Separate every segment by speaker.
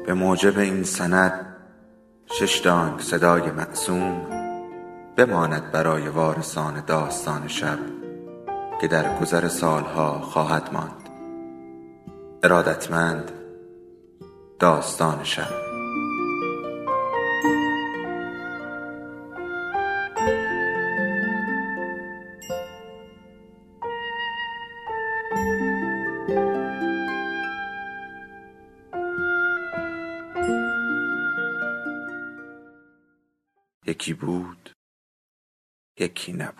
Speaker 1: به موجب این سند 6 دانگ صدای معصوم بماند برای وارثان داستان شب که در گذر سالها خواهد ماند. ارادتمند، داستان شب. یکی بود، یکی نبود.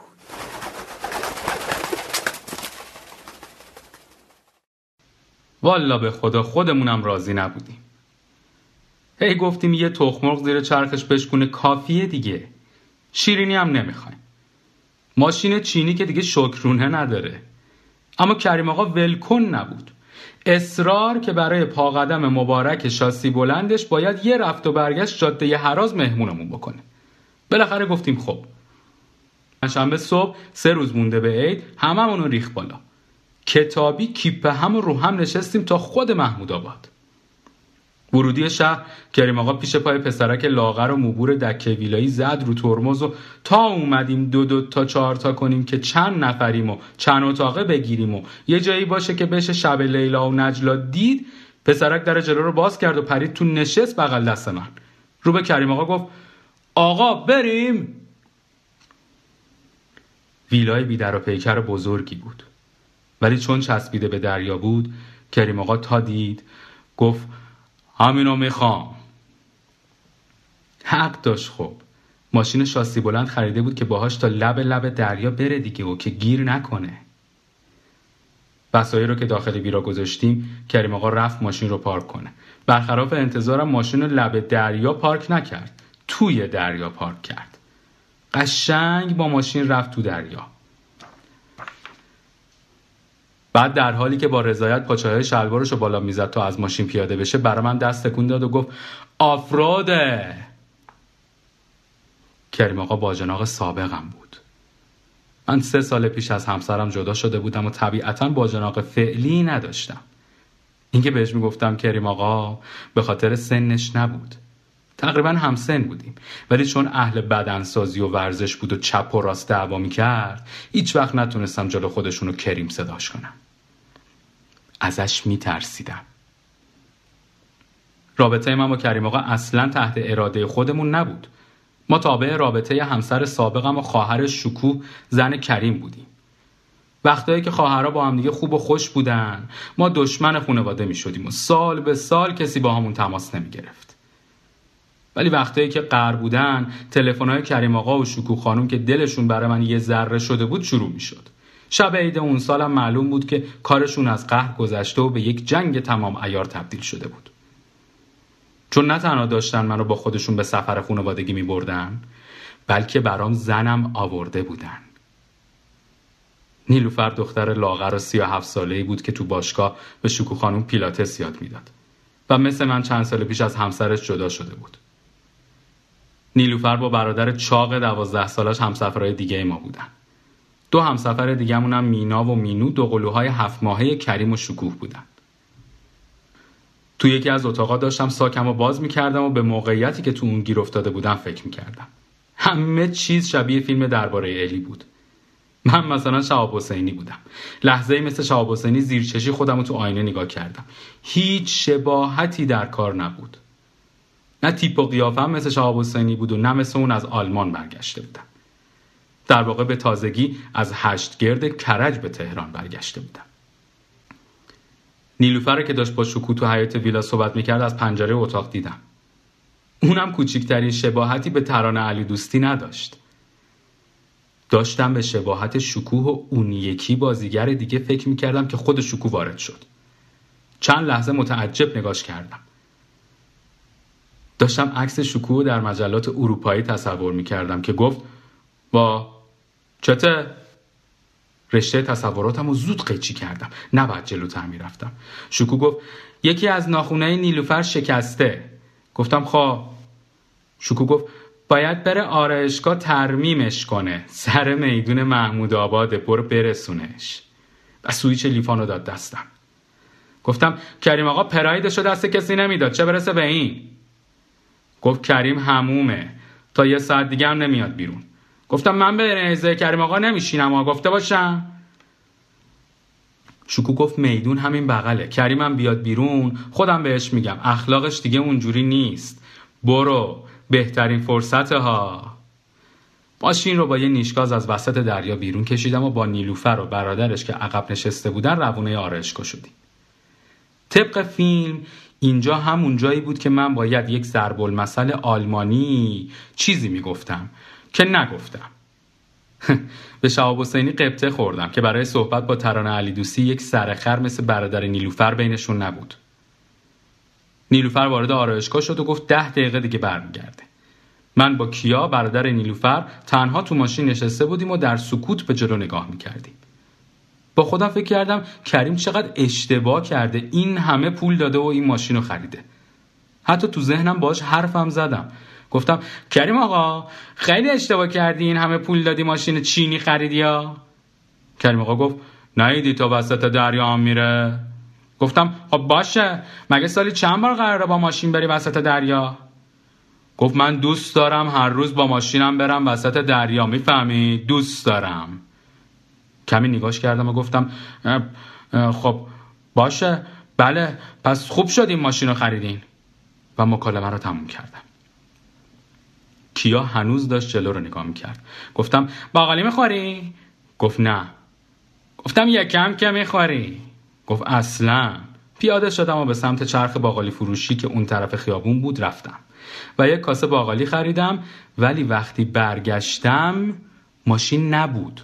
Speaker 2: والا به خدا خودمونم راضی نبودیم. هی گفتیم یه تخم‌مرغ زیر چرخش بشکونه کافیه دیگه. شیرینی هم نمیخوایم. ماشین چینی که دیگه شکرونه نداره. اما کریم آقا ولکن نبود. اصرار که برای پاقدم مبارک شاسی بلندش باید یه رفت و برگشت جاده هراز مهمونمون بکنه. بالاخره گفتیم خب. شنبه صبح 3 روز مونده به عید هممون رو ریخ بالا. کتابی کیپه هم رو هم نشستیم تا خود محمود آباد. ورودی شهر کریم آقا پیش پای پسرک لاغر و موبور دکه ویلایی زد رو ترمز و تا اومدیم 2 تا 4 تا کنیم که چند نفریم و چند اتاقه بگیریم و یه جایی باشه که بشه شب لیلا و نجلا دید، پسرک در جلو رو باز کرد و پرید تو نشست بغل دست من. رو به کریم آقا گفت آقا بریم. ویلای بی در و پیکر بزرگی بود، ولی چون چسبیده به دریا بود کریم آقا تا دید گفت همینو میخوام. حق داشت. خب ماشین شاسی بلند خریده بود که باهاش تا لب دریا بره دیگه و که گیر نکنه. وسایل رو که داخل بیرا گذاشتیم کریم آقا رفت ماشین رو پارک کنه. برخلاف انتظارم ماشین رو لب دریا پارک نکرد، توی دریا پارک کرد. قشنگ با ماشین رفت تو دریا. بعد در حالی که با رضایت پاچه‌های شلوارش رو بالا میزد تا از ماشین پیاده بشه برای من دست تکون داد و گفت آفروده. کریم آقا باجناق سابقم بود. من 3 سال پیش از همسرم جدا شده بودم و طبیعتاً باجناق فعلی نداشتم. این که بهش میگفتم کریم آقا به خاطر سنش نبود. تقریباً همسن بودیم، ولی چون اهل بدنسازی و ورزش بود و چپ و راست دعوا میکرد هیچ وقت نتونستم جلو خودشونو کریم صداش کنم. ازش میترسیدم. رابطه من با کریم آقا اصلاً تحت اراده خودمون نبود. ما تابع رابطه همسر سابقم و خواهر شکوه زن کریم بودیم. وقتایی که خواهرها با هم دیگه خوب و خوش بودن ما دشمن خانواده میشدیم و سال به سال کسی با همون تماس نمیگرفت. ولی وقتایی که قهر بودن تلفن‌های کریم آقا و شکوه خانم که دلشون برای من یه ذره شده بود شروع میشد. شب عید اون سالم معلوم بود که کارشون از قهر گذشته و به یک جنگ تمام عیار تبدیل شده بود. چون نه تنها داشتن منو با خودشون به سفر خانوادگی می‌بردن، بلکه برام زنم آورده بودن. نیلوفر دختر لاغر و 37 ساله‌ای بود که تو باشگاه به شکوه خانم پیلاتس یاد میداد و مثل من چند سال پیش از همسرش جدا شده بود. نیلوفر با برادر چاق 12 سالش همسفرهای دیگه ما بودن. 2 همسفر دیگه‌مون هم مینا و مینو 2 قلوهای 7 ماهه کریم و شکوه بودن. تو یکی از اتاقا داشتم ساکمو باز می‌کردم و به موقعیتی که تو اون گیر افتاده بودم فکر می‌کردم. همه چیز شبیه فیلم درباره الی بود. من مثلا شهاب حسینی بودم. لحظه‌ای مثل شهاب حسینی زیرچشی خودمو تو آینه نگاه کردم. هیچ شباهتی در کار نبود. نه تیپ و قیافم مثل شهاب حسینی بود و نه مثل اون از آلمان برگشته بودم. در واقع به تازگی از 8 گرد کرج به تهران برگشته بودم. نیلوفر که داشت با شکوه تو حیاط ویلا صحبت میکرد از پنجره اتاق دیدم. اونم کوچکترین شباهتی به ترانه علی دوستی نداشت. داشتم به شباهت شکوه و اون یکی بازیگر دیگه فکر میکردم که خود شکوه وارد شد. چند لحظه متعجب نگاش کردم. داشتم عکس شکوه در مجلات اروپایی تصور میکردم که گفت با چته؟ رشته تصوراتم رو زود قیچی کردم. نباید جلوتر میرفتم. شکوه گفت یکی از ناخونای نیلوفر شکسته. گفتم خواه. شکوه گفت باید بره آرایشگاه ترمیمش کنه. سر میدون محمود آباده، برو برسونش. و سویچ لیفانو داد دستم. گفتم کریم آقا پرایدشو دست کسی نمیداد، چه برسه به این. گفت کریم حمومه، تا 1 ساعت دیگه هم نمیاد بیرون. گفتم من به نیزه کریم آقا نمیشینم ها، گفته باشم. شکو گفت میدون همین بغله، کریمم بیاد بیرون خودم بهش میگم، اخلاقش دیگه اونجوری نیست، برو بهترین فرصته ها. ماشین رو با یه نیشگاز از وسط دریا بیرون کشیدم و با نیلوفر و برادرش که عقب نشسته بودن روونه آرایشگاه شدیم. طبق فیلم اینجا همون جایی بود که من باید یک ضرب المثل آلمانی چیزی میگفتم که نگفتم. به شهاب حسینی قبطه خوردم که برای صحبت با ترانه علی دوستی یک سرخر مثل برادر نیلوفر بینشون نبود. نیلوفر وارد آرایشگاه شد و گفت 10 دقیقه دیگه برمیگرده. من با کیا برادر نیلوفر تنها تو ماشین نشسته بودیم و در سکوت به جلو نگاه میکردیم. با خودم فکر کردم کریم چقدر اشتباه کرده، این همه پول داده و این ماشین رو خریده. حتی تو ذهنم باهاش حرفم زدم، گفتم کریم آقا خیلی اشتباه کردی، این همه پول دادی ماشین چینی خریدی یا؟ کریم آقا گفت نیدی تا وسط دریا هم میره؟ گفتم خب باشه، مگه سالی چند بار قراره با ماشین بری وسط دریا؟ گفت من دوست دارم هر روز با ماشینم برم وسط دریا، میفهمی؟ دوست دارم. کمی نگاش کردم و گفتم خب باشه، بله پس خوب شد این ماشین رو خریدین. و مکالمه رو تموم کردم. کیا هنوز داشت جلو رو نگاه میکرد. گفتم باقالی میخوری؟ گفت نه. گفتم یکم که میخوری؟ گفت اصلا. پیاده شدم و به سمت چرخ باقالی فروشی که اون طرف خیابون بود رفتم و یک کاسه باقالی خریدم، ولی وقتی برگشتم ماشین نبود.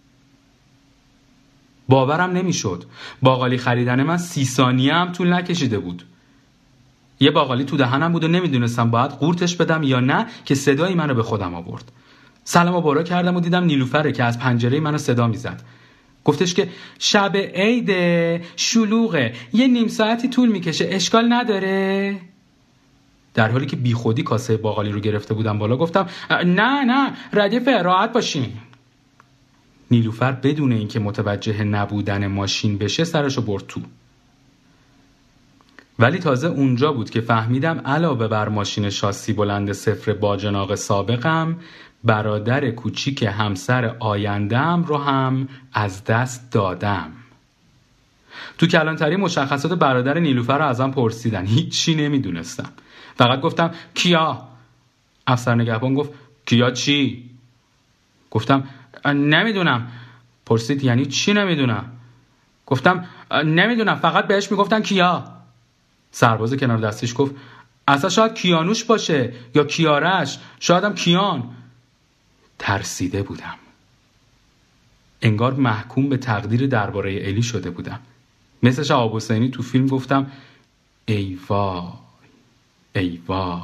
Speaker 2: باورم نمیشد. باقالی خریدن من 30 ثانیه هم طول نکشیده بود. یه باقالی تو دهنم بود و نمیدونستم باید قورتش بدم یا نه که صدای منو به خودم آورد. سلام و بارا کردم و دیدم نیلوفره که از پنجره منو صدا میزد. گفتش که شب عید شلوغه، یه نیم ساعتی طول میکشه، اشکال نداره؟ در حالی که بی خودی کاسه باقالی رو گرفته بودم بالا گفتم نه ردیفه، راحت باشین. نیلوفر بدون اینکه متوجه نبودن ماشین بشه سرشو برد تو. ولی تازه اونجا بود که فهمیدم علاوه بر ماشین شاسی بلند 0 باجناق سابقم، برادر کوچیک همسر آینده‌ام رو هم از دست دادم. تو کلانتری مشخصات برادر نیلوفر رو ازم پرسیدن، هیچی نمیدونستم. فقط گفتم کیا. افسر نگهبان گفت کیا چی؟ گفتم نمیدونم. پرسید یعنی چی نمیدونم؟ گفتم نمیدونم، فقط بهش میگفتن کیا. سرباز کنار دستش گفت اصلا شاید کیانوش باشه یا کیارش، شاید هم کیان. ترسیده بودم. انگار محکوم به تقدیر درباره الی شده بودم. مثل شهاب حسینی تو فیلم گفتم ای وای ای وای.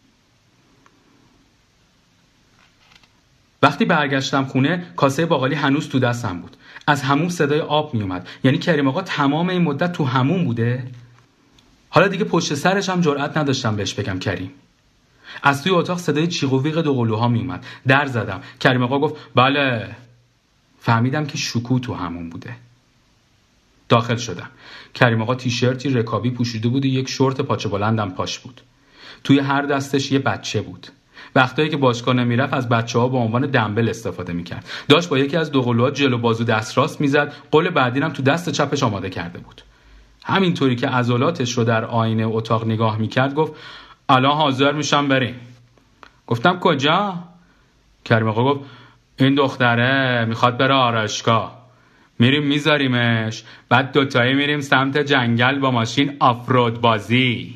Speaker 2: وقتی برگشتم خونه کاسه باقالی هنوز تو دستم بود. از حموم صدای آب می اومد. یعنی کریم آقا تمام این مدت تو حموم بوده؟ حالا دیگه پشت سرش هم جرئت نداشتم بهش بگم کریم. از توی اتاق صدای چیق و ویق دوقلوها می اومد. در زدم. کریم آقا گفت بله. فهمیدم که شکو تو حموم بوده. داخل شدم. کریم آقا تیشرتی رکابی پوشیده بود و یک شورت پاچه بلندم پاش بود. توی هر دستش یه بچه بود. وقتایی که باشگاه نمیرفت از بچه‌ها به عنوان دمبل استفاده میکرد. داشت با یکی از دوقلوها جلو بازو دست راست میزد. قول بعدی هم تو دست چپش آماده کرده بود. همینطوری که عضلاتش رو در آینه اتاق نگاه میکرد گفت الان حاضر میشم بریم. گفتم کجا؟ کریم آقا گفت این دختره میخواد بره آرایشگاه. میریم میذاریمش، بعد دوتایی میریم سمت جنگل با ماشین آفرود بازی.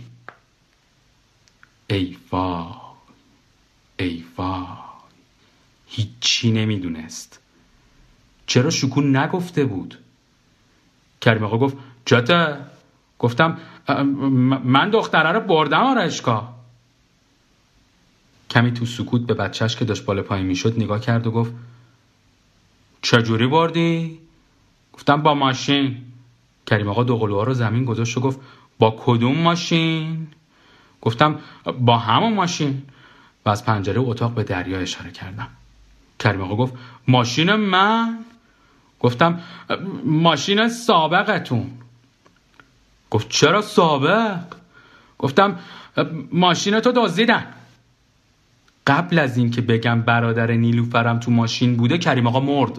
Speaker 2: ای وای ای وای. هیچی نمیدونست. چرا شکو نگفته بود؟ کریم آقا گفت چته؟ گفتم من دختره رو بردم آرایشگاه. کمی تو سکوت به بچهش که داشت بالا پایین میشد نگاه کرد و گفت چجوری بردی؟ گفتم با ماشین. کریم آقا دوقلوها رو زمین گذاشت و گفت با کدوم ماشین؟ گفتم با همون ماشین. و از پنجره اتاق به دریا اشاره کردم. کریم آقا گفت ماشین من؟ گفتم ماشین سابقتون. گفت چرا سابق؟ گفتم ماشینتو دزدیدن. قبل از این که بگم برادر نیلوفرم تو ماشین بوده کریم آقا مرد.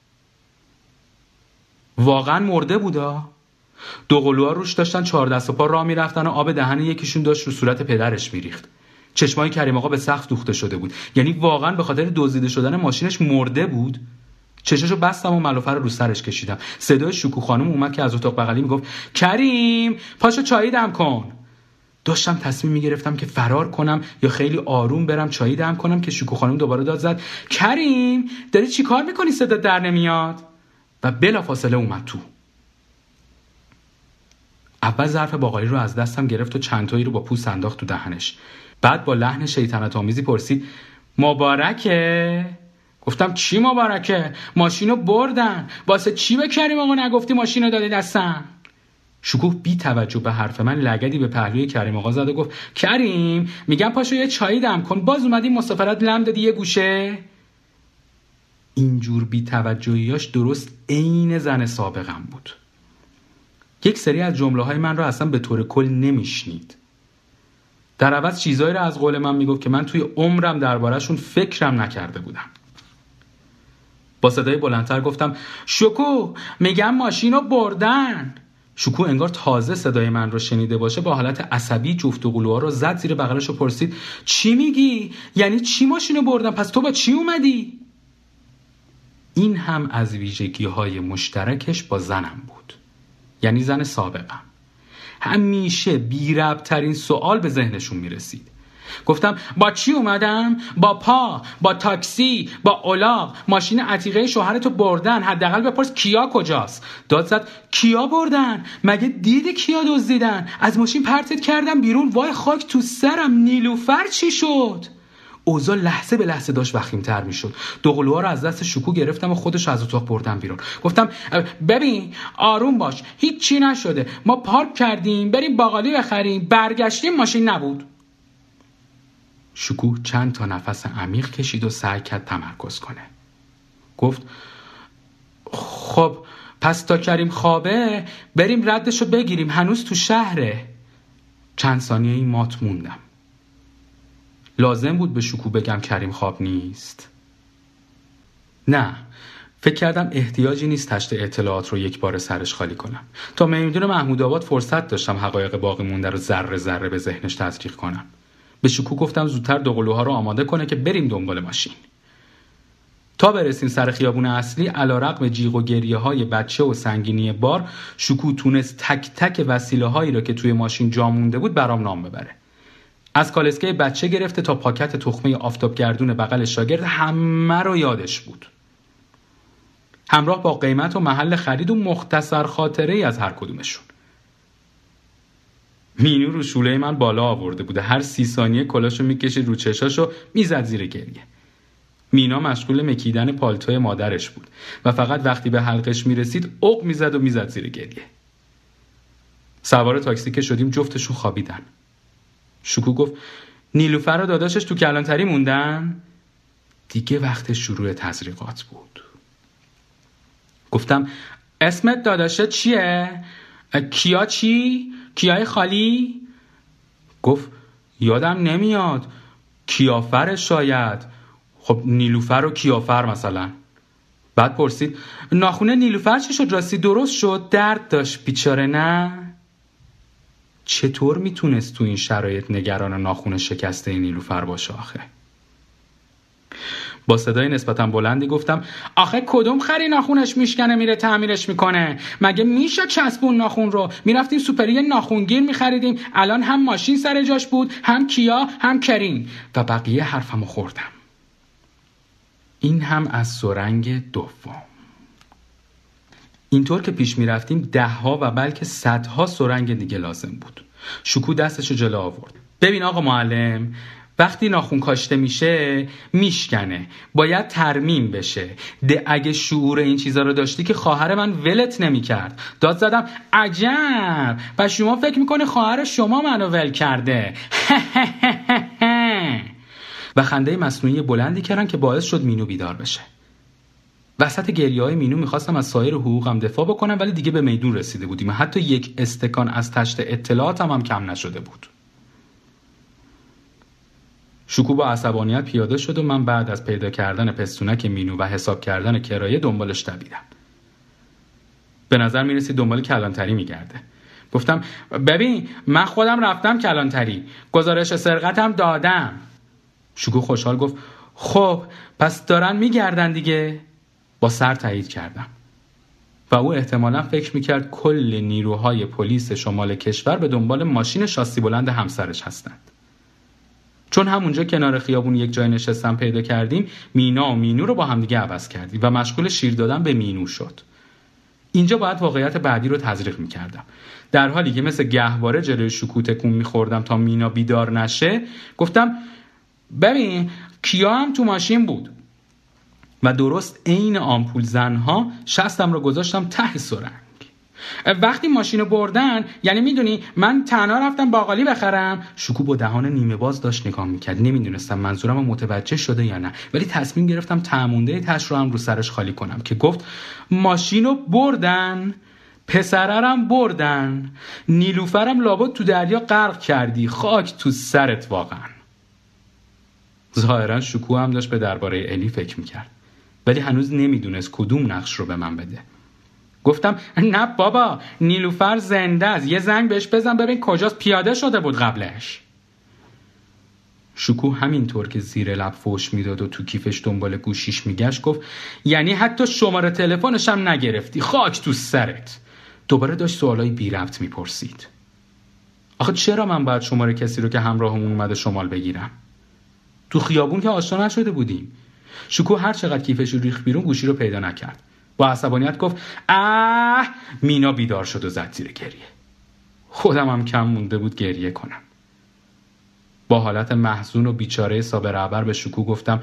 Speaker 2: واقعا مرده بودا. دو قلوها روش داشتن 4 دست و پا راه میرفتن و آب دهن یکیشون داشت رو صورت پدرش میریخت. چشمای کریم آقا به سقف دوخته شده بود. یعنی واقعا به خاطر دزدیده شدن ماشینش مرده بود. چشاشو بستم و ملافه رو سرش کشیدم. صدای شکو خانم اومد که از اتاق بغلی میگفت کریم پاشو چایی دم کن. داشتم تصمیم میگرفتم که فرار کنم یا خیلی آروم برم چایی دم کنم که شکو خانم دوباره داد زد کریم داری چی کار میکنی صدا در نمیاد؟ و بلافاصله اومد تو. اول ظرف باقالی رو از دستم گرفت و چند تایی رو با پوست انداخت تو دهنش. بعد با لحن شیطنت آمیزی پرسید مبارکه؟ گفتم چی مبارکه؟ ماشینو بردن. واسه چی به کریم آقا نگفتی ماشینو دادی دستم؟ شکوه بی توجه به حرف من لگدی به پهلوی کریم آقا زد و گفت کریم میگم پاشو یه چایی دم کن. باز اومدی مسافرت لم دادی یه گوشه. اینجور بی توجهیاش درست عین زن سابقم بود. یک سری از جمله های من رو اصلا به طور کل نمیشنید. در عوض چیزایی رو از قول من میگفت که من توی عمرم درباره‌شون فکرم نکرده بودم. با صدای بلندتر گفتم شکو میگم ماشینو بردن. شکو انگار تازه صدای من رو شنیده باشه با حالت عصبی جفت و قلوها رو زد زیر بغلش و پرسید چی میگی؟ یعنی چی ماشینو بردن؟ پس تو با چی اومدی؟ این هم از ویژگی‌های مشترکش با زنم بود. یعنی زن سابقم. همیشه بی ربط ترین سوال به ذهنشون میرسید. گفتم با چی اومدم؟ با پا، با تاکسی، با الاغ. ماشین عتیقه شوهرتو بردن. حداقل بپرس کیا کجاست. داد زد کیا بردن؟ مگه دیدی کیا دزدیدن؟ از ماشین پرتت کردم بیرون. وای خاک تو سرم. نیلوفر چی شد؟ اوضاع لحظه به لحظه داشت وخیم‌تر میشد. دو قلوها رو از دست شکو گرفتم و خودش از اتاق بردم بیرون. گفتم ببین آروم باش، هیچ چی نشده. ما پارک کردیم بریم باقالی بخریم، برگشتیم ماشین نبود. شکو چند تا نفس عمیق کشید و سعی کرد تمرکز کنه. گفت خب پس تا کریم خوابه بریم ردشو بگیریم، هنوز تو شهره. چند ثانیه‌ای مات موندم. لازم بود به شکو بگم کریم خواب نیست؟ نه، فکر کردم احتیاجی نیست تشت اطلاعات رو یک بار سرش خالی کنم. تا میدون محمود آباد فرصت داشتم حقایق باقی مونده رو ذره ذره به ذهنش تزریق کنم. به شکو گفتم زودتر دو قلوها رو آماده کنه که بریم دنبال ماشین. تا برسیم سر خیابون اصلی علیرغم جیغ و گریه های بچه و سنگینی بار، شکو تونست تک تک وسیله هایی رو که توی ماشین جا مونده بود برام نام ببره. از کالسکه بچه گرفته تا پاکت تخمه آفتابگردون بغل شاگرد همه رو یادش بود. همراه با قیمت و محل خرید و مختصر خاطره‌ای از هر کدومشون. مینو رو شوله من بالا آورده بوده. هر 30 ثانیه کلاشو میکشید رو چشاشو میزد زیر گریه. مینا مشغول مکیدن پالتوی مادرش بود و فقط وقتی به حلقش میرسید عق میزد و میزد زیر گریه. سوار تاکسی که شدیم جفتشون خوابیدن. شکو گفت نیلوفر و داداشش تو کلانتری موندن؟ دیگه وقت شروع تزریقات بود. گفتم اسمت داداشت چیه؟ کیا چی؟ کیای خالی؟ گفت یادم نمیاد. کیافر شاید. خب نیلوفر و کیافر مثلا. بعد پرسید ناخونه نیلوفر چی شد؟ راستی درست شد؟ درد داشت بیچاره نه؟ چطور میتونست تو این شرایط نگران ناخون شکسته نیلوفر باشه آخه؟ با صدای نسبتا بلندی گفتم آخه کدوم خری ناخونش میشکنه میره تعمیرش میکنه؟ مگه میشه چسبون ناخون رو؟ میرفتیم سوپری ناخونگیر میخریدیم. الان هم ماشین سر جاش بود، هم کیا، هم کریم. و بقیه حرفمو خوردم. این هم از سرنگ دوم. اینطور که پیش می رفتیم 10 ها و بلکه 100 ها سرنگ دیگه لازم بود. شکو دستشو جلو آورد. ببین آقا معلم، وقتی ناخون کاشته میشه میشکنه، باید ترمیم بشه. اگه شعور این چیزا رو داشتی که خواهر من ولت نمی کرد. داد زدم عجب، پس شما فکر میکنه خواهر شما منو ول کرده. و خنده مصنوعی بلندی کردن که باعث شد مینو بیدار بشه. وسط گریه‌های مینو میخواستم از سایر حقوقم دفاع بکنم، ولی دیگه به میدون رسیده بودیم و حتی یک استکان از تشت اطلاعاتم هم کم نشده بود. شکوه با عصبانیت پیاده شد و من بعد از پیدا کردن پستونک مینو و حساب کردن کرایه دنبالش دویدم. به نظر میرسید دنبال کلانتری میگرده. گفتم ببین من خودم رفتم کلانتری، گزارش سرقتم دادم. شکوه خوشحال گفت خب پس دارن میگردن دیگه. با سر تایید کردم و او احتمالاً فکر میکرد کل نیروهای پلیس شمال کشور به دنبال ماشین شاسی بلند همسرش هستند. چون همونجا کنار خیابون یک جای نشستن پیدا کردیم، مینا و مینو رو با همدیگه عوض کردیم و مشغول شیر دادن به مینو شد. اینجا باید واقعیت بعدی رو تزریق میکردم. در حالی که مثل گهواره جلوی شکوه تکون میخوردم تا مینا بیدار نشه، گفتم ببین کیا هم تو ماشین بود. و درست عین آمپول زنها شستم رو گذاشتم ته سرنگ. وقتی ماشینو بردن یعنی میدونی من تنها رفتم باقالی بخرم. شکوه با دهان نیمه باز داشت نگاه میکرد. نمیدونستم منظورم رو متوجه شده یا نه، ولی تصمیم گرفتم تمونده تش رو هم رو سرش خالی کنم که گفت ماشینو بردن، پسررم بردن، نیلوفرم لابد تو دریا غرق کردی، خاک تو سرت واقعا. ظاهرا شکوه هم داشت به درباره الی فکر میکرد، ولی هنوز نمیدونست کدوم نقش رو به من بده. گفتم نه بابا، نیلوفر زنده است، یه زنگ بهش بزن ببین کجاست، پیاده شده بود قبلش. شکوه همینطور که زیر لب فوش میداد و تو کیفش دنبال گوشیش میگشت گفت یعنی حتی شماره تلفنش هم نگرفتی، خاک تو سرت. دوباره داشت سوالای بی ربط میپرسید. آخه چرا من باید شماره کسی رو که همراهمون اومده شمال بگیرم؟ تو خیابون که آشنا نشده بودیم. شکوه هر چقدر کیفش رو ریخت بیرون گوشی رو پیدا نکرد. با عصبانیت گفت مینا بیدار شد و زد زیر گریه. خودم هم کم مونده بود گریه کنم. با حالت محزون و بیچاره صابر به شکوه گفتم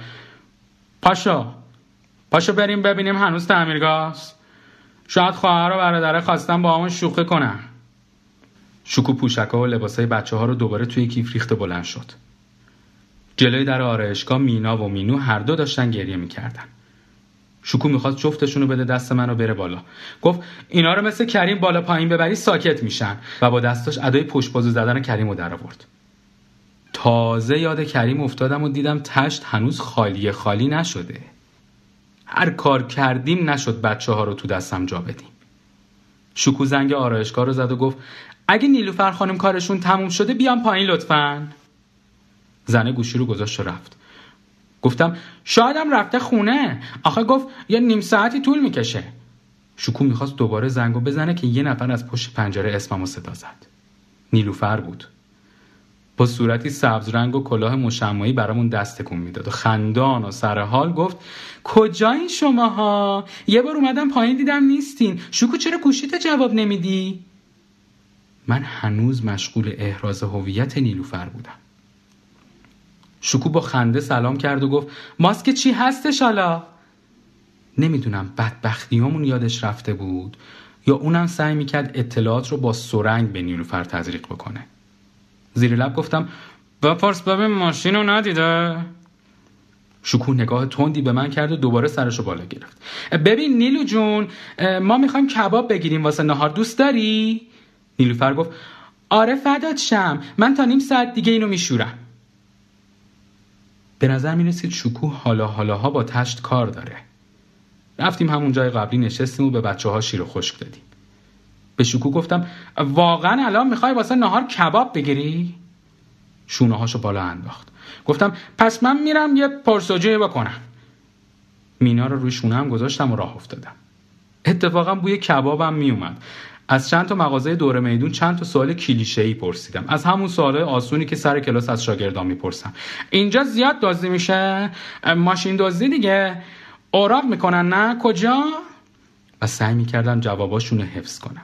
Speaker 2: پاشو بریم ببینیم هنوز تعمیرگاهست. شاید خواهر و برادره خواستن با همون شوخی کنن. شکوه پوشک‌ها و لباسای بچه‌ها رو دوباره توی کیف ریخت بلند شد. جلوی در آرایشگاه مینا و مینو هر دو داشتن گریه میکردن. شکوه میخواست جفتشونو بده دست من و بره بالا. گفت اینا رو مثل کریم بالا پایین ببری ساکت میشن و با دستاش ادای پشت بازو زدن کریمو در آورد. تازه یاد کریم افتادم و دیدم تشت هنوز خالی نشده. هر کار کردیم نشد بچه‌ها رو تو دستم جا بدیم. شکوه زنگ آرایشگاه رو زد و گفت اگه نیلوفر خانم کارشون تموم شده بیام پایین لطفاً. زنه گوشی رو گذاشت و رفت. گفتم شایدم رفته خونه، آخه گفت یه نیم ساعتی طول میکشه. شکوه میخواست دوباره زنگو بزنه که یه نفر از پشت پنجره اسممو صدا زد. نیلوفر بود. با صورتی سبز رنگ و کلاه مشمعی برامون دست تکون میداد و خندان و سرحال گفت کجایین شماها؟ یه بار اومدم پایین دیدم نیستین. شکوه چرا گوشیت جواب نمیدی؟ من هنوز مشغول احراز هویت نیلوفر بودم. شکوه با خنده سلام کرد و گفت ماسک چی هستش حالا؟ نمیدونم بدبختیامون یادش رفته بود یا اونم سعی میکرد اطلاعات رو با سرنگ به نیلوفر تزریق بکنه. زیر لب گفتم بپرس ببین ماشین رو ندیده؟ شکوه نگاه تندی به من کرد و دوباره سرشو بالا گرفت. ببین نیلو جون، ما میخوایم کباب بگیریم واسه نهار، دوست داری؟ نیلوفر گفت آره فدات شم، من تا نیم ساعت دیگه اینو میشورم. به نظر میرسید شکوه حالاها با تشت کار داره. رفتیم همون جای قبلی نشستیم و به بچه‌ها شیر و خشک دادیم. به شکوه گفتم واقعا الان میخوای واسه نهار کباب بگیری؟ شونه‌هاشو بالا انداخت. گفتم پس من میرم یه پرسجویی بکنم. مینا رو روی شونه‌ام گذاشتم و راه افتادم. اتفاقا بوی کبابم میومد. از چند تا مغازه دور میدون چند تا سوال کلیشه‌ای پرسیدم. از همون سوالای آسونی که سر کلاس از شاگردان میپرسم. اینجا زیاد دزدی میشه؟ ماشین دزدی دیگه؟ اوراق میکنن نه؟ کجا؟ و سعی میکردم جواباشون رو حفظ کنم.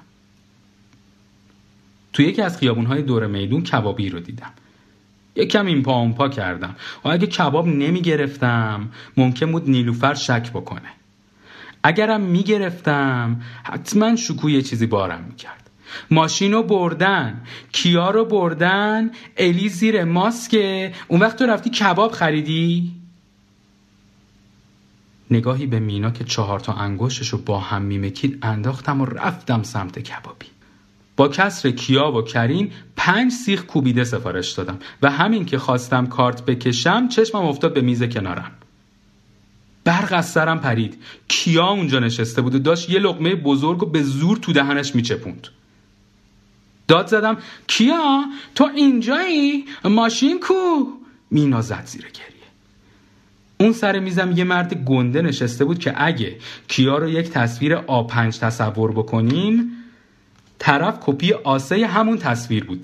Speaker 2: تو یکی از خیابون‌های دور میدون کبابی رو دیدم. یکم این پا اون پا کردم و اگه کباب نمیگرفتم ممکن بود نیلوفر شک بکنه. اگرم میگرفتم حتما شکوه یه چیزی بارم میکرد. ماشینو بردن، کیا رو بردن، الی زیر ماسکه. اون وقت تو رفتی کباب خریدی؟ نگاهی به مینا که 4 انگشتشو با هم میمکید انداختم و رفتم سمت کبابی. با کسر کیا و کریم 5 سیخ کوبیده سفارش دادم و همین که خواستم کارت بکشم چشمم افتاد به میز کنارم. برق از سرم پرید. کیا اونجا نشسته بود و داشت یه لقمه بزرگو به زور تو دهنش میچپوند. داد زدم کیا تو اینجایی؟ ماشین کو؟ مینا زد زیر گریه. اون سر میزم یه مرد گنده نشسته بود که اگه کیا رو یک تصویر A5 تصور بکنیم طرف کپی آسه همون تصویر بود.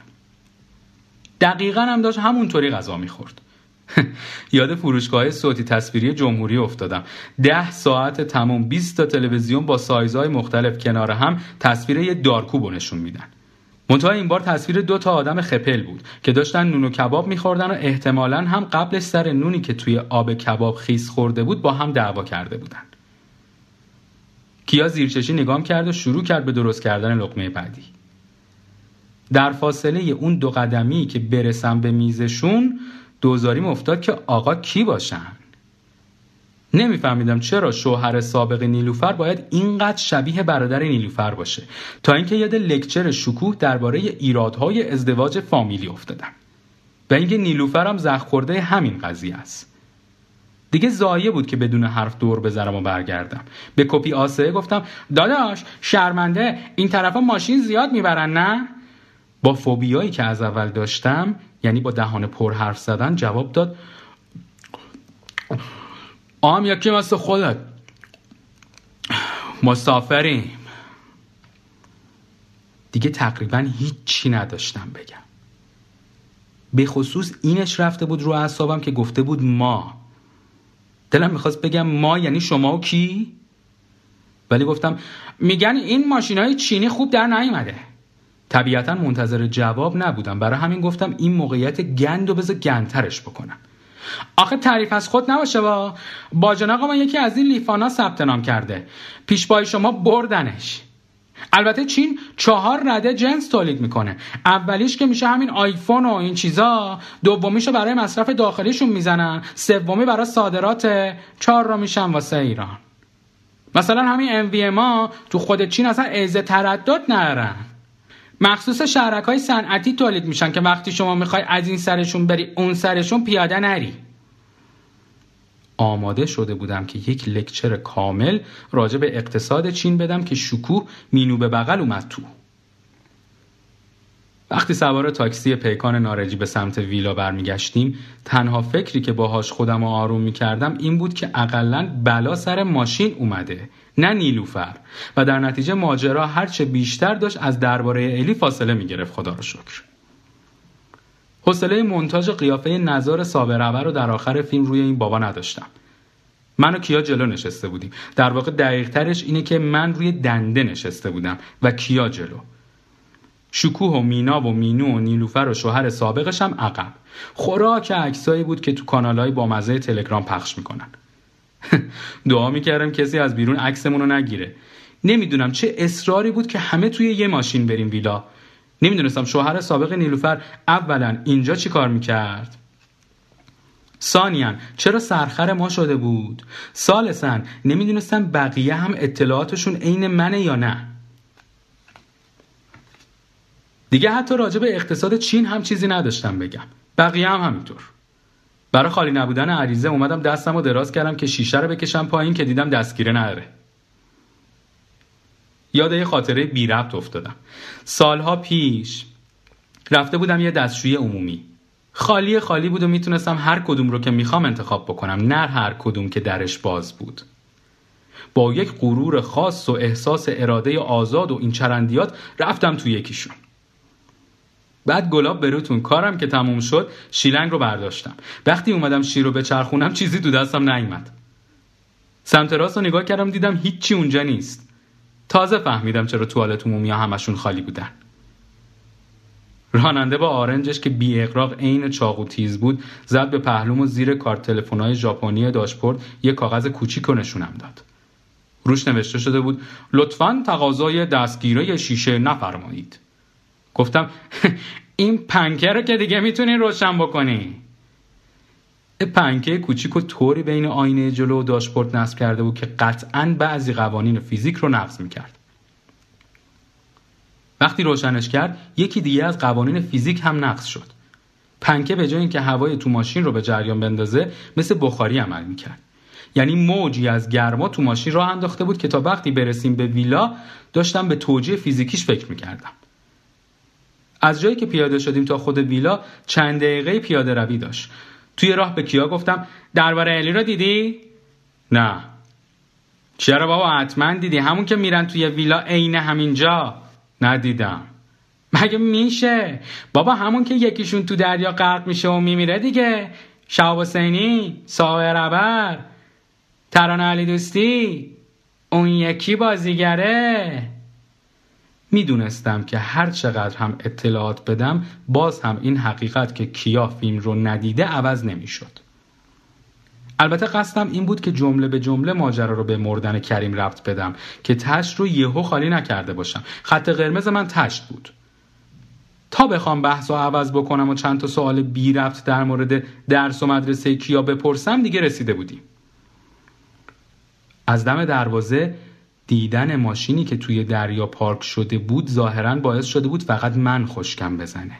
Speaker 2: دقیقاً هم داشت همونطوری غذا میخورد. یاد فروشگاه صوتی تصویری جمهوری افتادم. 10 ساعت تمام 20 تا تلویزیون با سایزهای مختلف کنار هم تصویر یه دارکوب نشون میدن. منتها این بار تصویر 2 آدم خپل بود که داشتن نون و کباب میخوردن و احتمالاً هم قبلش سر نونی که توی آب کباب خیس خورده بود با هم دعوا کرده بودن. کیا زیرچشی نگام کرد و شروع کرد به درست کردن لقمه بعدی. در فاصله اون 2 قدمی که برسم به میزشون دوزاریم افتاد که آقا کی باشن. نمیفهمیدم چرا شوهر سابق نیلوفر باید اینقدر شبیه برادر نیلوفر باشه، تا اینکه یاد لکچر شکوه درباره ایرادهای ازدواج فامیلی افتادم و اینکه نیلوفر هم زخم خورده همین قضیه است. دیگه ضایع بود که بدون حرف دور بزنم و برگردم. به کپی آسه گفتم داداش شرمنده این طرفا ماشین زیاد میبرن نه؟ با فوبیایی که از اول داشتم، یعنی با دهان پر حرف زدن، جواب داد یکی مثل خودت مسافریم. دیگه تقریبا هیچی نداشتم بگم. به خصوص اینش رفته بود رو اعصابم که گفته بود ما. دلم میخواست بگم ما یعنی شما و کی؟ ولی گفتم میگن این ماشینای چینی خوب در نیومده. طبیعتا منتظر جواب نبودم، برای همین گفتم این موقعیت گند و بذار گندترش بکنم. آخه تعریف از خود نباشه با جناق ما یکی از این لیفانا ثبت نام کرده، پیشبای شما بردنش. البته چین 4 رده جنس تولید میکنه، اولیش که میشه همین آیفون و این چیزا، دومیشو برای مصرف داخلیشون میزنن، سومی برای صادرات، 4 را میشن واسه ایران. مثلا همین ام وی ما تو خود چین اصلا ایزه تردد ندارن، مخصوص شهرک‌های صنعتی تولید میشن که وقتی شما میخوای از این سرشون بری اون سرشون پیاده نری. آماده شده بودم که یک لکچر کامل راجع به اقتصاد چین بدم که شکوه مینو به بغل اومد تو. وقتی سوار تاکسی پیکان نارنجی به سمت ویلا برمیگشتیم، تنها فکری که باهاش خودم رو آروم میکردم این بود که اقلن بلا سر ماشین اومده، نه نیلوفر، و در نتیجه ماجرا هرچه بیشتر داشت از درباره الی فاصله میگرفت. خدا رو شکر. حوصله مونتاژ قیافه نزار صابرعوه رو در آخر فیلم روی این بابا نداشتم. من و کیا جلو نشسته بودیم. در واقع دقیق ترش اینه که من روی دنده نشسته بودم و کیا جلو. شکوه و مینا و مینو و نیلوفر و شوهر سابقش هم عقب. خوراک عکسایی بود که تو کانالای با مزه تلگرام پخش میکنن. دعا میکردم کسی از بیرون عکسمون رو نگیره. نمیدونم چه اصراری بود که همه توی یه ماشین بریم ویلا. نمیدونستم شوهر سابق نیلوفر اولا اینجا چی کار میکرد، ثانیاً چرا سرخر ما شده بود، ثالثاً نمیدونستم بقیه هم اطلاعاتشون عین منه یا نه. دیگه حتی راجع به اقتصاد چین هم چیزی نداشتم بگم. بقیه هم همینطور. برای خالی نبودن عریضه اومدم دستمو دراز کردم که شیشه رو بکشم پایین که دیدم دستگیره نداره. یاد یه خاطره بی ربط افتادم. سالها پیش رفته بودم یه دستشویی عمومی. خالی بود و میتونستم هر کدوم رو که میخوام انتخاب بکنم، نه هر کدوم که درش باز بود. با یک غرور خاص و احساس اراده آزاد و این چرندیات رفتم تو یکیشون. بعد گلاب بروتون کارم که تموم شد شیلنگ رو برداشتم. وقتی اومدم شیر رو بچرخونم چیزی تو دستم نیومد. سمت راست رو نگاه کردم دیدم هیچی اونجا نیست. تازه فهمیدم چرا توالت عمومی ها همشون خالی بودن. راننده با آرنجش که بی اغراق عین چاقو تیز بود زد به پهلوم و زیر کارت تلفن‌های ژاپنی داشبورد یه کاغذ کوچیک رو نشونم داد. روش نوشته شده بود لطفاً تقاضای دستگیره شیشه نفرمایید. گفتم این پنکه رو که دیگه میتونی روشن بکنی. پنکه کوچیک و طوری بین آینه جلو و داشبورد نصب کرده بود که قطعاً بعضی قوانین فیزیک رو نقض می‌کرد. وقتی روشنش کرد یکی دیگه از قوانین فیزیک هم نقض شد. پنکه به جای اینکه هوای تو ماشین رو به جریان بندازه مثل بخاری عمل می‌کرد. یعنی موجی از گرما تو ماشین راه انداخته بود که تا وقتی برسیم به ویلا داشتم به توجیه فیزیکیش فکر می‌کردم. از جایی که پیاده شدیم تا خود ویلا چند دقیقه پیاده روی داشت. توی راه به کیا گفتم درباره الی رو دیدی؟ نه. چرا بابا حتما دیدی، همون که میرن توی ویلا عین همینجا. ندیدم. مگه میشه؟ بابا همون که یکیشون تو دریا غرق میشه و میمیره دیگه. شهاب حسینی، ساقه ربر، ترانه علی دوستی، اون یکی بازیگره. میدونستم که هر چقدر هم اطلاعات بدم باز هم این حقیقت که کیا فیلم رو ندیده عوض نمیشد. البته قصدم این بود که جمله به جمله ماجرا رو به مردن کریم ربط بدم که تشت رو یهو خالی نکرده باشم. خط قرمز من تشت بود. تا بخوام بحث رو عوض بکنم و چند تا سوال بی ربط در مورد درس و مدرسه کیا بپرسم دیگه رسیده بودیم. از دم دروازه دیدن ماشینی که توی دریا پارک شده بود ظاهراً باعث شده بود فقط من خشکم بزنه.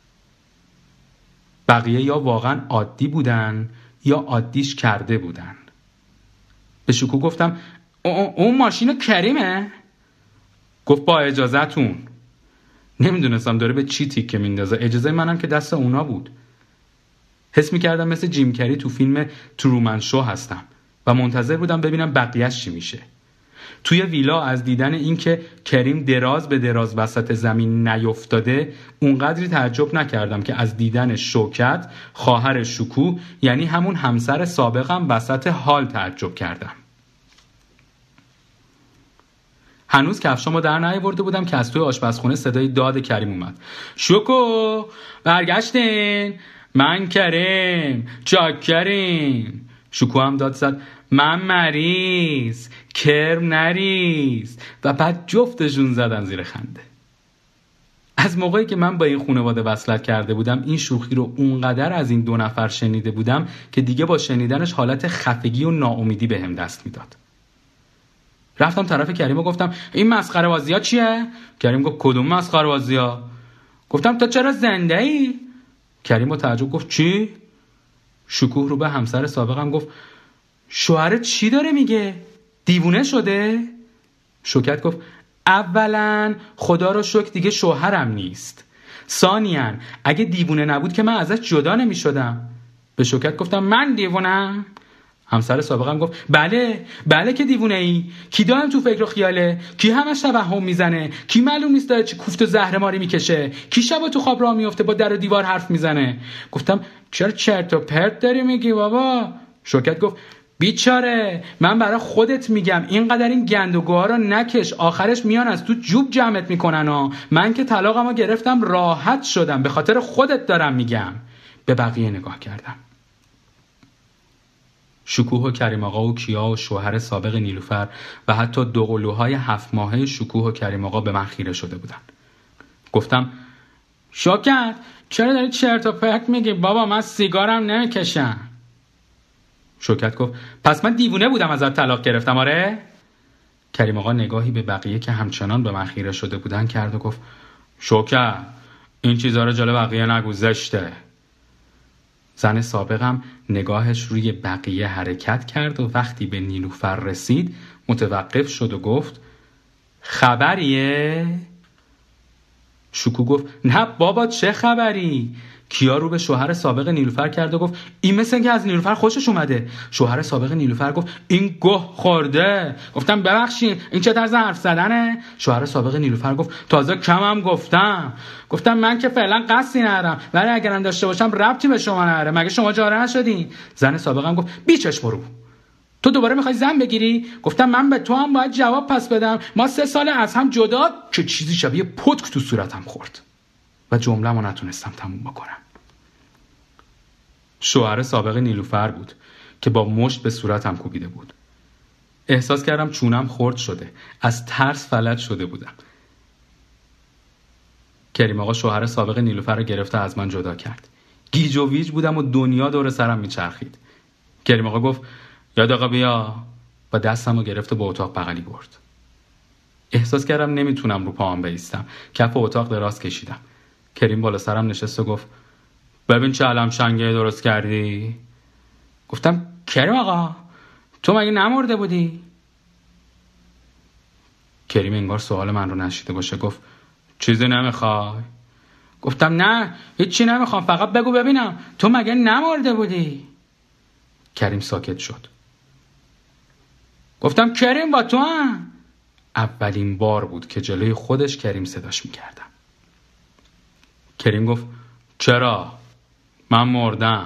Speaker 2: بقیه یا واقعاً عادی بودن یا عادیش کرده بودن. به شکوه گفتم اون ماشین کریمه؟ گفت با اجازهتون. نمیدونستم داره به چی تیکه میندازه. اجازه منم که دست اونا بود. حس میکردم مثل جیم کری تو فیلم ترومن شو هستم و منتظر بودم ببینم بقیه‌اش چی میشه. توی ویلا از دیدن این که کریم دراز به دراز وسط زمین نیفتاده اونقدری تعجب نکردم که از دیدن شوکت خواهر شکوه یعنی همون همسر سابقم وسط حال تعجب کردم. هنوز کفشامو در نیاورده بودم که از توی آشپزخونه صدای داد کریم اومد. شکو برگشتین، من کریم، چاکریم. شکو هم داد زد من مریض، کرم نریز، و بعد جفتشون زدن زیر خنده. از موقعی که من با این خانواده وصلت کرده بودم این شوخی رو اونقدر از این دو نفر شنیده بودم که دیگه با شنیدنش حالت خفگی و ناامیدی بهم دست میداد. رفتم طرف کریم و گفتم این مسخره بازی‌ها چیه؟ کریم گفت کدوم مسخره بازی‌ها؟ گفتم تو چرا زنده ای؟ کریم با تعجب گفت چی؟ شکوه رو به همسر سابقم گفت شوهرت چی داره میگه؟ دیوونه شده؟ شوکت گفت اولا خدا رو شکر دیگه شوهرم نیست. ثانیاً اگه دیوونه نبود که من ازش جدا نمی شدم. به شوکت گفتم من دیوونم؟ همسر سابقم گفت بله که دیوونه ای. کی دائم تو فکر و خیاله؟ کی همش توهم میزنه؟ کی معلوم نیست داره چه کوفت و زهر ماری میکشه؟ کی شبا تو خواب راه میفته با در و دیوار حرف میزنه؟ گفتم چرا چرت و پرت داری میگی بابا؟ شوکت گفت بیچاره من برای خودت میگم اینقدر این گندوگوها رو نکش، آخرش میان از تو جوب جمعت میکنن ها. من که طلاقمو گرفتم راحت شدم، به خاطر خودت دارم میگم. به بقیه نگاه کردم. شکوه و کریم آقا و کیا و شوهر سابق نیلوفر و حتی دو قلوهای 7 ماهه شکوه و کریم آقا به من خیره شده بودن. گفتم شوکت چرا داری چرت و پرت میگی بابا؟ من سیگارم نمیکشم. شوکت گفت پس من دیوونه بودم ازت طلاق گرفتم آره؟ کریم آقا نگاهی به بقیه که همچنان به من خیره شده بودن کرد و گفت شوکت این چیزا رو جلو بقیه نگو، زشته. زن سابقم نگاهش روی بقیه حرکت کرد و وقتی به نیلوفر رسید متوقف شد و گفت خبریه؟ شکوه گفت نه بابا چه خبری؟ کیا رو به شوهر سابق نیلوفر کرد و گفت این مثل اینکه از نیلوفر خوشش اومده. شوهر سابق نیلوفر گفت این گوه خورده. گفتم ببخشید این چه طرز حرف زدنه؟ شوهر سابق نیلوفر گفت تازه کمم گفتم من که فعلا قصدی ندارم، ولی اگرم داشته باشم ربطی به شما نداره، مگه شما جاره نشدین؟ زن سابقم گفت بیچش برو، تو دوباره میخوای زن بگیری؟ گفتم من به تو هم باید جواب پس بدم، ما 3 سال از هم جدا. که چیزی شبیه پتک تو صورتم خورد و جمله‌مو نتونستم تموم بکنم. شوهر سابق نیلوفر بود که با مشت به صورتم کوبیده بود. احساس کردم چونم خرد شده، از ترس فلج شده بودم. کریم آقا شوهر سابق نیلوفر رو گرفته از من جدا کرد. گیج و ویج بودم و دنیا دور سرم میچرخید. کریم آقا گفت یاد آقا بیا و دستم رو گرفت و به اتاق بغلی برد. احساس کردم نمیتونم رو پاهم بایستم. کف اتاق دراز کشیدم. کریم بالا سرم نشست و گفت ببین چه علم شنگه درست کردی. گفتم کریم آقا تو مگه نمرده بودی؟ کریم انگار سوال من رو نشیده باشه گفت چیزی نمیخوای؟ گفتم نه هیچی نمیخوام، فقط بگو ببینم تو مگه نمرده بودی؟ کریم ساکت شد. گفتم کریم با تو هم؟ اولین بار بود که جلوی خودش کریم صداش میکردم. کریم گفت چرا؟ من مردم.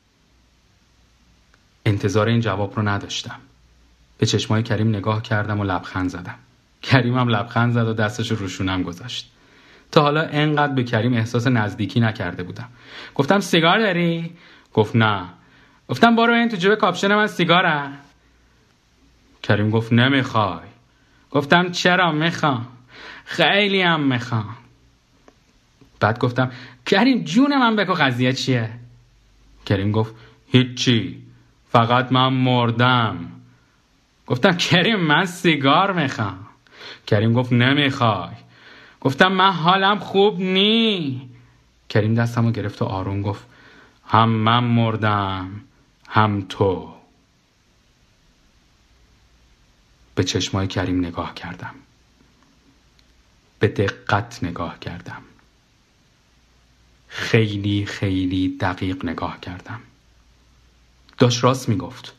Speaker 2: انتظار این جواب رو نداشتم. به چشمای کریم نگاه کردم و لبخند زدم. کریم هم لبخند زد و دستش رو شونم گذاشت. تا حالا انقدر به کریم احساس نزدیکی نکرده بودم. گفتم سیگار داری؟ گفت نه. گفتم برو این تو جیب کاپشن من سیگاره. کریم گفت نمیخوای. گفتم چرا میخوام، خیلی هم میخوام. بعد گفتم کریم جون من بگو قضیه چیه؟ کریم گفت هیچی، فقط من مردم. گفتم کریم من سیگار میخوام. کریم گفت نمیخوای. گفتم من حالم خوب نی. کریم دستمو گرفت و آروم گفت هم من مردم هم تو. به چشمای کریم نگاه کردم. به دقت نگاه کردم. خیلی خیلی دقیق نگاه کردم. داشت راست میگفت.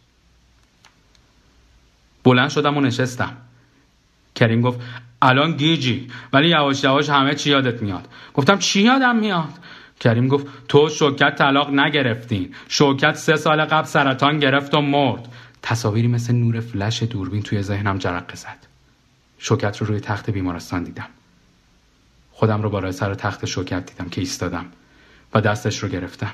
Speaker 2: بلند شدم و نشستم. کریم گفت الان گیجی ولی یواش یواش همه چی یادت میاد. گفتم چی یادم میاد؟ کریم گفت تو شوکت طلاق نگرفتین. شوکت 3 سال قبل سرطان گرفت و مرد. تصاویری مثل نور فلش دوربین توی ذهنم جرقه زد. شوکت رو روی تخت بیمارستان دیدم. خودم رو بالای سر تخت شوکت دیدم که ایستادم و دستش رو گرفتم.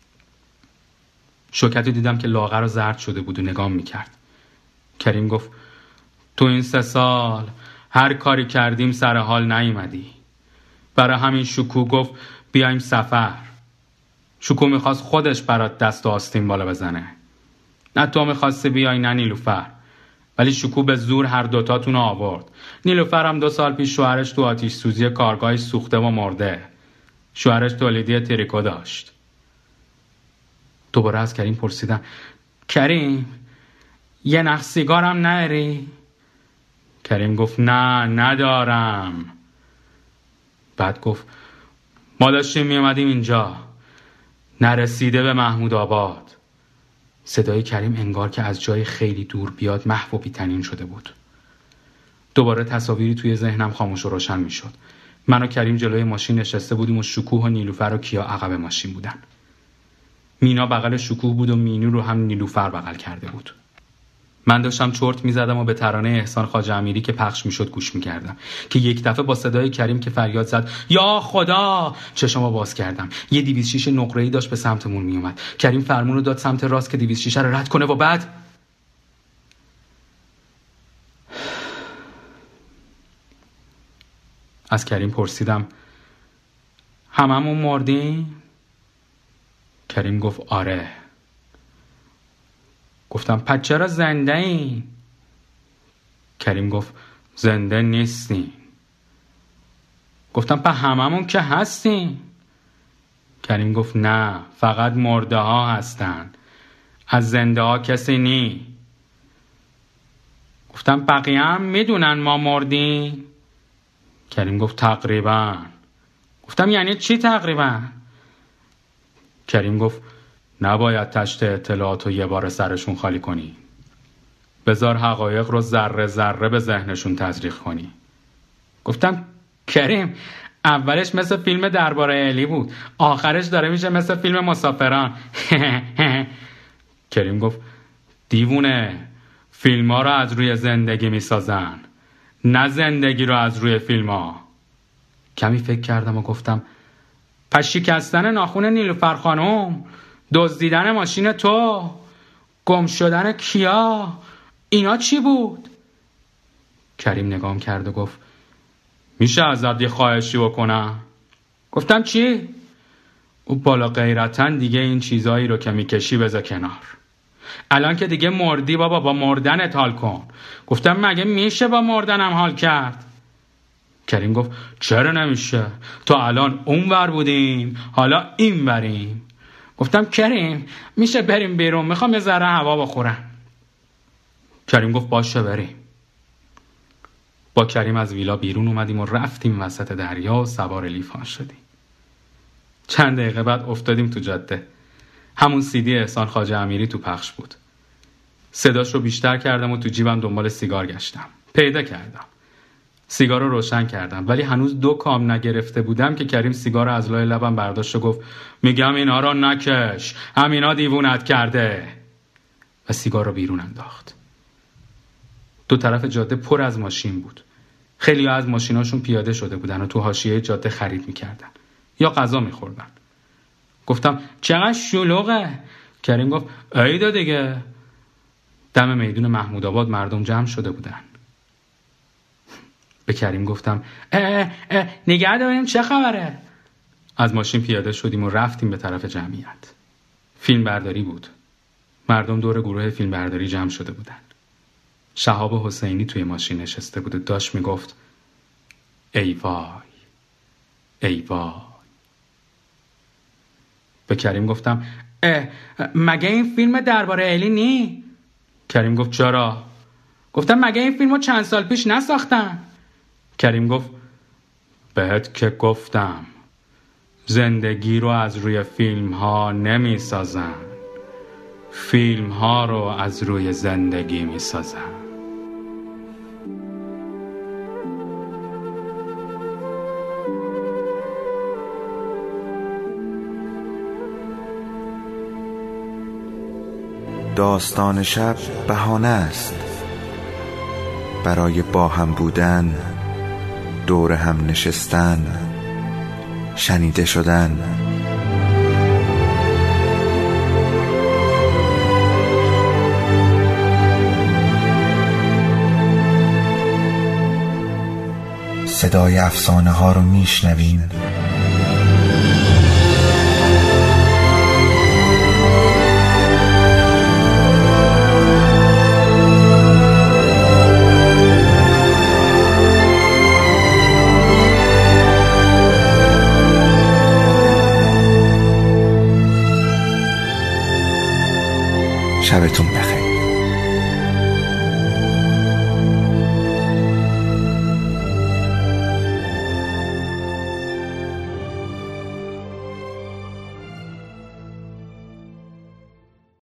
Speaker 2: شوکت رو دیدم که لاغر و زرد شده بود و نگام میکرد. کریم گفت تو این 3 سال هر کاری کردیم سر حال نیومدی. برای همین شکو گفت بیایم سفر. شکو میخواست خودش برات دست و آستین بالا بزنه. نه تو میخواستی بیای نه نیلوفر. ولی شکو به زور هر دوتاتون رو آورد. نیلوفر هم 2 سال پیش شوهرش تو آتش سوزی کارگاهی سوخته و مرده. شوهرش تولیدی تریکو داشت. دوباره از کریم پرسیدم کریم یه نخ سیگارم نری؟ کریم گفت نه ندارم. بعد گفت ما داشتیم میومدیم اینجا، نرسیده به محمود آباد. صدای کریم انگار که از جای خیلی دور بیاد محو و بی‌طنین شده بود. دوباره تصاویری توی ذهنم خاموش و روشن میشد. من و کریم جلوی ماشین نشسته بودیم و شکوه و نیلوفر و کیا عقب ماشین بودن. مینا بغل شکوه بود و مینو رو هم نیلوفر بغل کرده بود. من داشتم چرت میزدم و به ترانه احسان خواجه امیری که پخش میشد گوش میکردم که یک دفعه با صدای کریم که فریاد زد یا خدا چشمو باز کردم. یه 206 نقره‌ای داشت به سمتمون میومد. کریم فرمون رو داد سمت راست که 206 رو رد کنه و بعد از کریم پرسیدم هممون مردیم؟ کریم گفت آره. گفتم پس چرا زنده این؟ کریم گفت زنده نیستیم. گفتم پس هممون که هستیم. کریم گفت نه فقط مرده ها هستن، از زنده ها کسی نی. گفتم بقیه هم میدونن ما مردیم؟ کریم گفت تقریبا. گفتم یعنی چی تقریبا؟ کریم گفت نباید تشت اطلاعات رو یه بار سرشون خالی کنی. بذار حقایق رو ذره ذره به ذهنشون تزریق کنی. گفتم کریم اولش مثل فیلم درباره الی بود، آخرش داره میشه مثل فیلم مسافران. کریم گفت دیوونه، فیلم ها رو از روی زندگی میسازن، نه زندگی رو از روی فیلم ها. کمی فکر کردم و گفتم پس شکستن ناخون نیلوفر خانم، دزدیدن ماشین تو، گم شدن کیا، اینا چی بود؟ کریم نگام کرد و گفت میشه ازت یه خواهشی بکنم؟ گفتم چی؟ او بالا غیرتن دیگه این چیزایی رو که میکشی بذار کنار. الان که دیگه مردی بابا، با مردنت حال کن. گفتم مگه میشه با مردنم حال کرد؟ کریم گفت چرا نمیشه؟ تا الان اون ور بودیم، حالا این وریم. گفتم کریم میشه بریم بیرون، میخوام یه ذره هوا بخورم. کریم گفت باشه بریم. با کریم از ویلا بیرون اومدیم و رفتیم وسط دریا و سوار لیفان شدیم. چند دقیقه بعد افتادیم تو جاده. همون سیدی احسان خواجه امیری تو پخش بود. صداش رو بیشتر کردم و تو جیبم دنبال سیگار گشتم. پیدا کردم. سیگار رو روشن کردم، ولی هنوز 2 کام نگرفته بودم که کریم سیگار رو از لای لبم برداشت و گفت میگم اینا رو نکش، همینا دیوونت کرده. و سیگار رو بیرون انداخت. 2 طرف جاده پر از ماشین بود. خیلی از ماشیناشون پیاده شده بودن و تو حاشیه جاده خرید میکردن یا غذا میخوردن. گفتم چقدر شلوغه. کریم گفت ایدا دیگه. دم میدون محمود آباد مردم جمع شده بودن. به کریم گفتم نگه داریم چه خبره. از ماشین پیاده شدیم و رفتیم به طرف جمعیت. فیلم برداری بود. مردم دور گروه فیلم برداری جمع شده بودن. شهاب حسینی توی ماشین نشسته بود و داشت میگفت ای وای ای وای. به کریم گفتم مگه این فیلم درباره الی نی؟ کریم گفت چرا؟ گفتم مگه این فیلمو چند سال پیش نساختن؟ کریم گفت بهت که گفتم زندگی رو از روی فیلم ها نمی سازن، فیلم ها رو از روی زندگی می سازن.
Speaker 1: داستان شب بهانه است برای با هم بودن، دور هم نشستن، شنیده شدن. صدای افسانه ها رو میشنویم